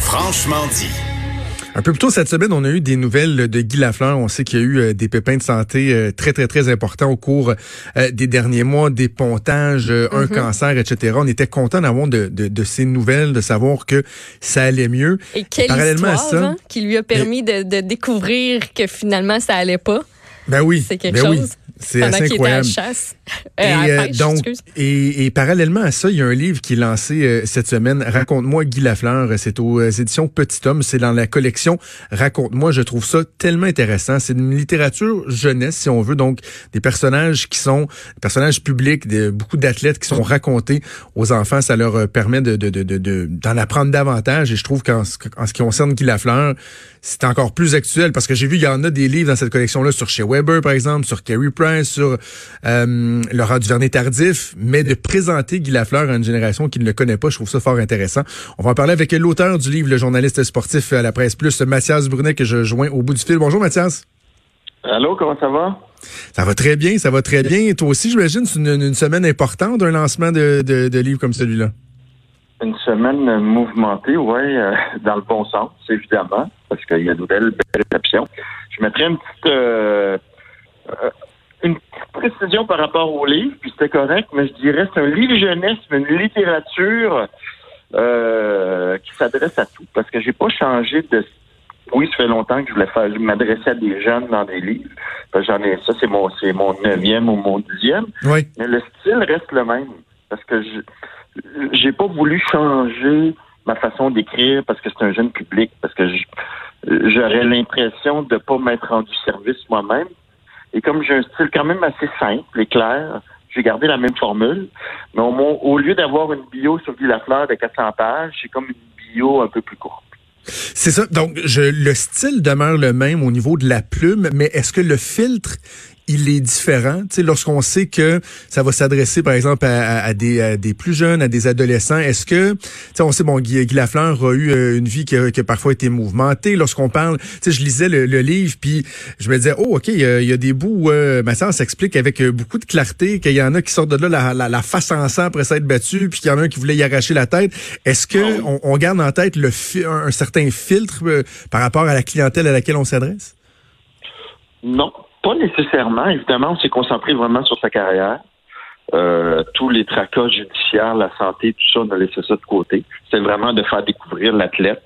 Franchement dit. Un peu plus tôt cette semaine, on a eu des nouvelles de Guy Lafleur. On sait qu'il y a eu des pépins de santé très, très, très importants au cours des derniers mois, des pontages, un cancer, etc. On était content d'avoir de ces nouvelles, de savoir que ça allait mieux. Et quelle parallèlement histoire, à ça, qui lui a permis de découvrir que finalement, ça allait pas. Ben oui, c'est quelque chose. Oui. C'est assez incroyable. Était à la chasse. Et parallèlement à ça, il y a un livre qui est lancé cette semaine, Raconte-moi Guy Lafleur. C'est aux éditions Petit Homme. C'est dans la collection Raconte-moi. Je trouve ça tellement intéressant. C'est une littérature jeunesse, si on veut. Donc, des personnages qui sont des personnages publics, beaucoup d'athlètes qui sont racontés aux enfants. Ça leur permet d'en apprendre davantage. Et je trouve qu'en ce qui concerne Guy Lafleur, c'est encore plus actuel parce que j'ai vu, il y en a des livres dans cette collection-là sur Shea Weber, par exemple, sur Carey Price, sur Laurent Duvernay-Tardif, mais de présenter Guy Lafleur à une génération qui ne le connaît pas, je trouve ça fort intéressant. On va en parler avec l'auteur du livre, le journaliste sportif à la Presse Plus, Mathias Brunet, que je joins au bout du fil. Bonjour Mathias. Allô, comment ça va? Ça va très bien, ça va très bien. Et toi aussi, j'imagine, c'est une semaine importante d'un lancement de livre comme celui-là. Une semaine mouvementée, oui, dans le bon sens, évidemment, parce qu'il y a de belles réceptions. Je mettrais une petite précision par rapport au livre, puis c'était correct, mais je dirais c'est un livre jeunesse, mais une littérature qui s'adresse à tout, parce que j'ai pas changé de... Oui, ça fait longtemps que je m'adressais à des jeunes dans des livres. Parce que c'est mon 9e ou mon 10e. Oui. Mais le style reste le même, parce que j'ai pas voulu changer ma façon d'écrire parce que c'est un jeune public, parce que j'aurais l'impression de pas m'être rendu service moi-même. Et comme j'ai un style quand même assez simple et clair, j'ai gardé la même formule. Mais au lieu d'avoir une bio sur Guy Lafleur de 400 pages, j'ai comme une bio un peu plus courte. C'est ça. Donc, le style demeure le même au niveau de la plume, mais est-ce que le filtre, il est différent? Tu sais, lorsqu'on sait que ça va s'adresser, par exemple, à des plus jeunes, à des adolescents, est-ce que, tu sais, on sait, bon, Guy Lafleur a eu une vie qui a parfois été mouvementée. Lorsqu'on parle, tu sais, je lisais le livre, puis je me disais, oh, OK, il y a des bouts où ma sœur s'explique avec beaucoup de clarté qu'il y en a qui sortent de là la face en sang après s'être battu, puis qu'il y en a un qui voulait y arracher la tête. Est-ce que on garde en tête un certain filtre par rapport à la clientèle à laquelle on s'adresse? Non. Pas nécessairement. Évidemment, on s'est concentré vraiment sur sa carrière. Tous les tracas judiciaires, la santé, tout ça, on a laissé ça de côté. C'est vraiment de faire découvrir l'athlète.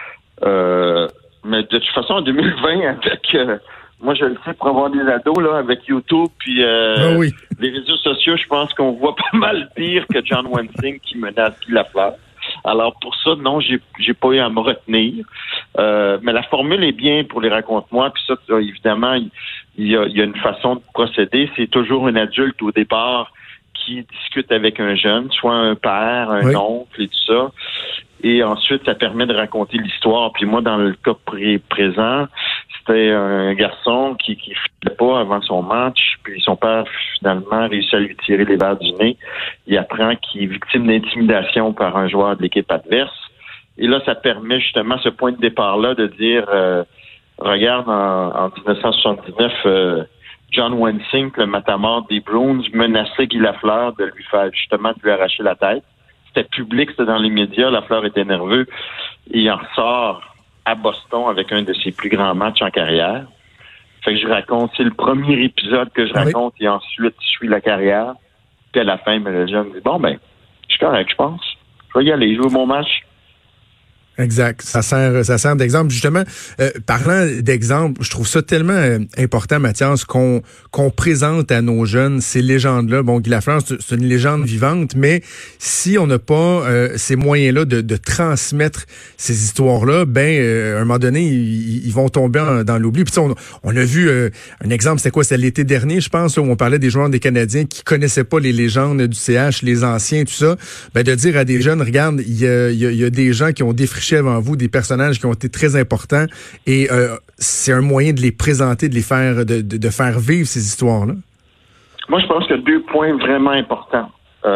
Mais de toute façon, en 2020, avec moi je le sais, pour avoir des ados, là, avec YouTube puis les réseaux sociaux, je pense qu'on voit pas mal pire que John Wensing qui menace Guy Lafleur. Alors pour ça, non, j'ai pas eu à me retenir. Mais la formule est bien pour les raconte-moi. Puis ça, évidemment, il y a une façon de procéder. C'est toujours un adulte au départ qui discute avec un jeune, soit un père, un oncle et tout ça. Et ensuite, ça permet de raconter l'histoire. Puis moi, dans le cas présent, c'était un garçon qui filait pas avant son match. Puis son père, finalement, réussit à lui tirer les verres du nez. Il apprend qu'il est victime d'intimidation par un joueur de l'équipe adverse. Et là, ça permet justement ce point de départ-là de dire, regarde, en 1979, John Wensing, le matamor des Bruins, menaçait Guy Lafleur de lui arracher la tête. C'était public, c'était dans les médias, Lafleur était nerveux. Et il en ressort à Boston avec un de ses plus grands matchs en carrière. Fait que je raconte, c'est le premier épisode que je raconte et ensuite je suis la carrière. Puis à la fin, le jeune me dit, bon ben, je suis correct, je pense. Je vais y aller, jouer mon match. Exact. Ça sert d'exemple. Justement, parlant d'exemple, je trouve ça tellement important, Mathias, qu'on présente à nos jeunes ces légendes-là. Bon, Guy Lafleur, c'est une légende vivante, mais si on n'a pas ces moyens-là de transmettre ces histoires-là, à un moment donné, ils vont tomber dans l'oubli. Puis on a vu un exemple, c'était quoi? C'était l'été dernier, je pense, où on parlait des joueurs des Canadiens qui connaissaient pas les légendes du CH, les anciens, tout ça. De dire à des jeunes, regarde, il y a des gens qui ont défriché avant vous des personnages qui ont été très importants et c'est un moyen de les présenter, de les faire de faire vivre ces histoires-là. Moi, je pense qu'il y a 2 points vraiment importants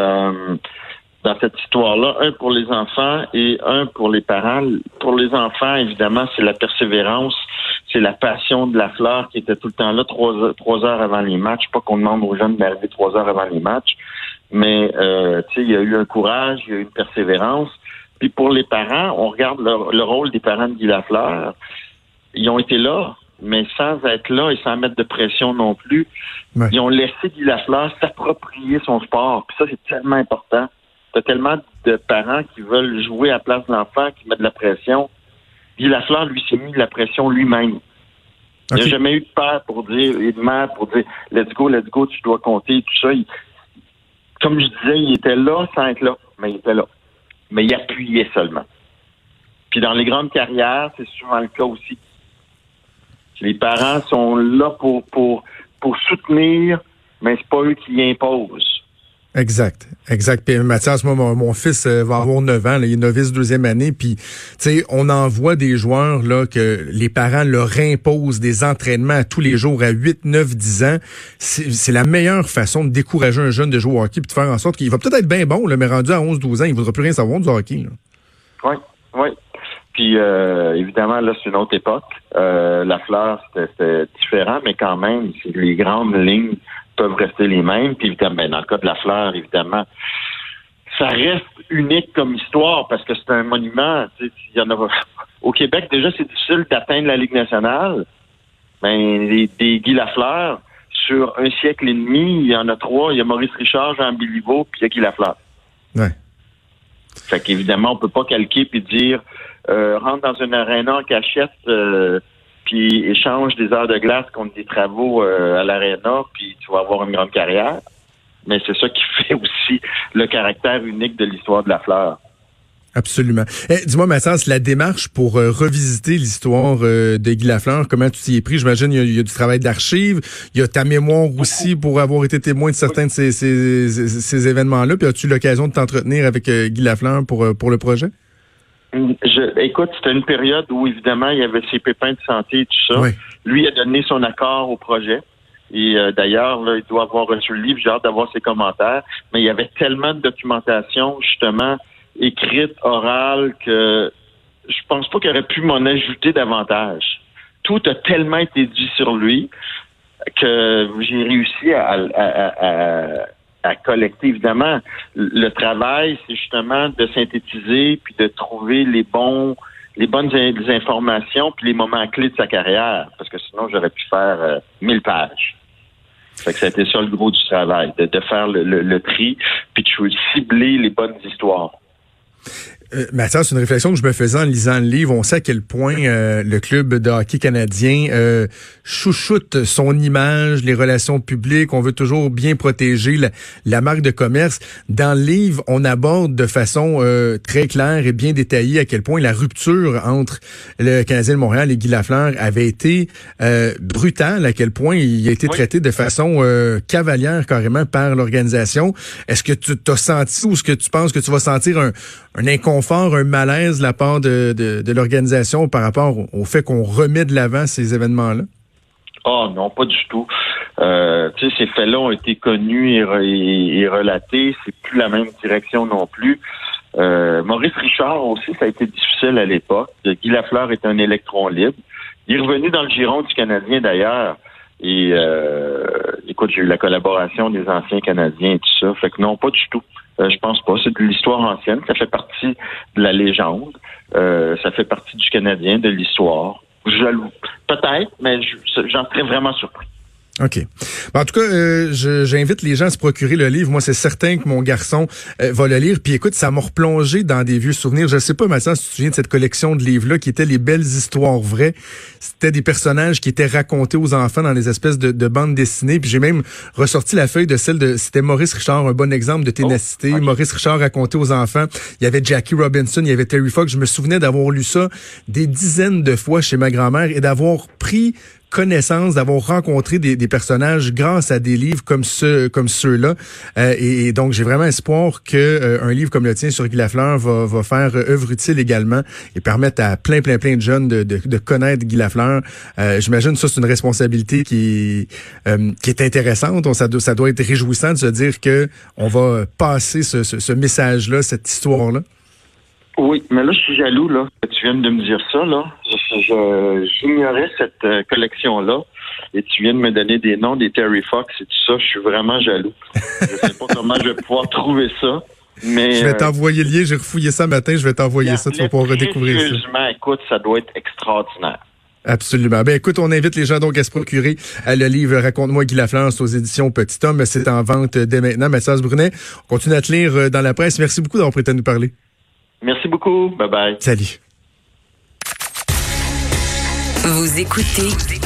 dans cette histoire-là. Un pour les enfants et un pour les parents. Pour les enfants, évidemment, c'est la persévérance, c'est la passion de Lafleur qui était tout le temps là 3 heures avant les matchs. Pas qu'on demande aux jeunes d'arriver 3 heures avant les matchs, mais il y a eu un courage, il y a eu une persévérance. Puis pour les parents, on regarde le rôle des parents de Guy Lafleur. Ils ont été là, mais sans être là et sans mettre de pression non plus. Ouais. Ils ont laissé Guy Lafleur s'approprier son sport. Puis ça, c'est tellement important. T'as tellement de parents qui veulent jouer à la place de l'enfant, qui mettent de la pression. Guy Lafleur, lui, s'est mis de la pression lui-même. Il n'a jamais eu de père pour dire, et de mère pour dire let's go, tu dois compter, tout ça. Comme je disais, il était là sans être là, mais il était là. Mais il appuyait seulement. Puis dans les grandes carrières, c'est souvent le cas aussi. Les parents sont là pour soutenir, mais c'est pas eux qui imposent. Exact. Puis Mathias, moi, mon fils va avoir 9 ans, là, il est novice 2e année, puis tu sais, on en voit des joueurs là que les parents leur imposent des entraînements à tous les jours à 8, 9, 10 ans. C'est la meilleure façon de décourager un jeune de jouer au hockey puis de faire en sorte qu'il va peut-être être bien bon, là, mais rendu à 11, 12 ans, il voudra plus rien savoir du hockey. Oui. Puis évidemment, là, c'est une autre époque. Lafleur, c'était différent, mais quand même, les grandes lignes peuvent rester les mêmes. Puis évidemment, dans le cas de Lafleur, évidemment, ça reste unique comme histoire parce que c'est un monument. Il y en a au Québec, déjà, c'est difficile d'atteindre la Ligue nationale. Ben, des Guy Lafleur, sur un siècle et demi, il y en a 3. Il y a Maurice Richard, Jean Béliveau, puis il y a Guy Lafleur. Ouais. Fait qu'évidemment, on peut pas calquer puis dire rentre dans une aréna en cachette puis échange des heures de glace contre des travaux à l'aréna, puis tu vas avoir une grande carrière. Mais c'est ça qui fait aussi le caractère unique de l'histoire de Lafleur. Absolument. Dis-moi, Mathias, la démarche pour revisiter l'histoire de Guy Lafleur, comment tu t'y es pris? J'imagine il y a du travail d'archives, il y a ta mémoire aussi pour avoir été témoin de certains de ces événements-là. Puis as-tu l'occasion de t'entretenir avec Guy Lafleur pour le projet? Écoute, c'était une période où, évidemment, il y avait ses pépins de santé et tout ça. Oui. Lui a donné son accord au projet. Et d'ailleurs, là, il doit avoir reçu le livre. J'ai hâte d'avoir ses commentaires. Mais il y avait tellement de documentation, justement, écrite, orale, que je pense pas qu'il aurait pu m'en ajouter davantage. Tout a tellement été dit sur lui que j'ai réussi à collecter. Évidemment, le travail, c'est justement de synthétiser puis de trouver les bonnes informations puis les moments clés de sa carrière. Parce que sinon, j'aurais pu faire 1000 pages. Fait que ça a été ça le gros du travail, de faire le tri puis de cibler les bonnes histoires. Mathias, c'est une réflexion que je me faisais en lisant le livre. On sait à quel point le club de hockey canadien chouchoute son image, les relations publiques. On veut toujours bien protéger la marque de commerce. Dans le livre, on aborde de façon très claire et bien détaillée à quel point la rupture entre le Canadien de Montréal et Guy Lafleur avait été brutale, à quel point il a été traité de façon cavalière carrément par l'organisation. Est-ce que tu t'as senti ou est-ce que tu penses que tu vas sentir un inconfort, un malaise de la part de l'organisation par rapport au fait qu'on remet de l'avant ces événements-là? Oh non, pas du tout. Tu sais, ces faits-là ont été connus et relatés. C'est plus la même direction non plus. Maurice Richard aussi, ça a été difficile à l'époque. Guy Lafleur est un électron libre. Il est revenu dans le giron du Canadien d'ailleurs. Et écoute, j'ai eu la collaboration des anciens Canadiens et tout ça. Fait que non, pas du tout. Je pense pas. C'est de l'histoire ancienne. Ça fait partie de la légende. Ça fait partie du Canadien, de l'histoire. Jaloux. Peut-être, mais j'en serais vraiment surpris. OK. En tout cas, j'invite les gens à se procurer le livre. Moi, c'est certain que mon garçon va le lire. Puis écoute, ça m'a replongé dans des vieux souvenirs. Je sais pas, Mathias, si tu te souviens de cette collection de livres-là qui étaient les belles histoires vraies. C'était des personnages qui étaient racontés aux enfants dans des espèces de bandes dessinées. Puis j'ai même ressorti la feuille de c'était Maurice Richard, un bon exemple de ténacité. Okay. Maurice Richard raconté aux enfants. Il y avait Jackie Robinson, il y avait Terry Fox. Je me souvenais d'avoir lu ça des dizaines de fois chez ma grand-mère et d'avoir pris connaissance, d'avoir rencontré des personnages grâce à des livres comme ceux-là. Et donc, j'ai vraiment espoir que un livre comme le tien sur Guy Lafleur va faire œuvre utile également et permettre à plein de jeunes de connaître Guy Lafleur. J'imagine que ça, c'est une responsabilité qui est intéressante. Ça doit être réjouissant de se dire que on va passer ce message-là, cette histoire-là. Oui, mais là, je suis jaloux, là, que tu viennes de me dire ça, là. J'ignorais cette collection-là, et tu viens de me donner des noms des Terry Fox et tout ça. Je suis vraiment jaloux. Je sais pas comment je vais pouvoir trouver ça, Mais, je vais t'envoyer le lien, j'ai refouillé ça matin, je vais t'envoyer ça, tu vas pouvoir redécouvrir ça. Écoute, ça doit être extraordinaire. Absolument. Ben écoute, on invite les gens donc à se procurer le livre Raconte-moi Guy Lafleur aux éditions Petit Homme. C'est en vente dès maintenant. Mathias Brunet, on continue à te lire dans la presse. Merci beaucoup d'avoir prêté à nous parler. Merci beaucoup. Bye bye. Salut. Vous écoutez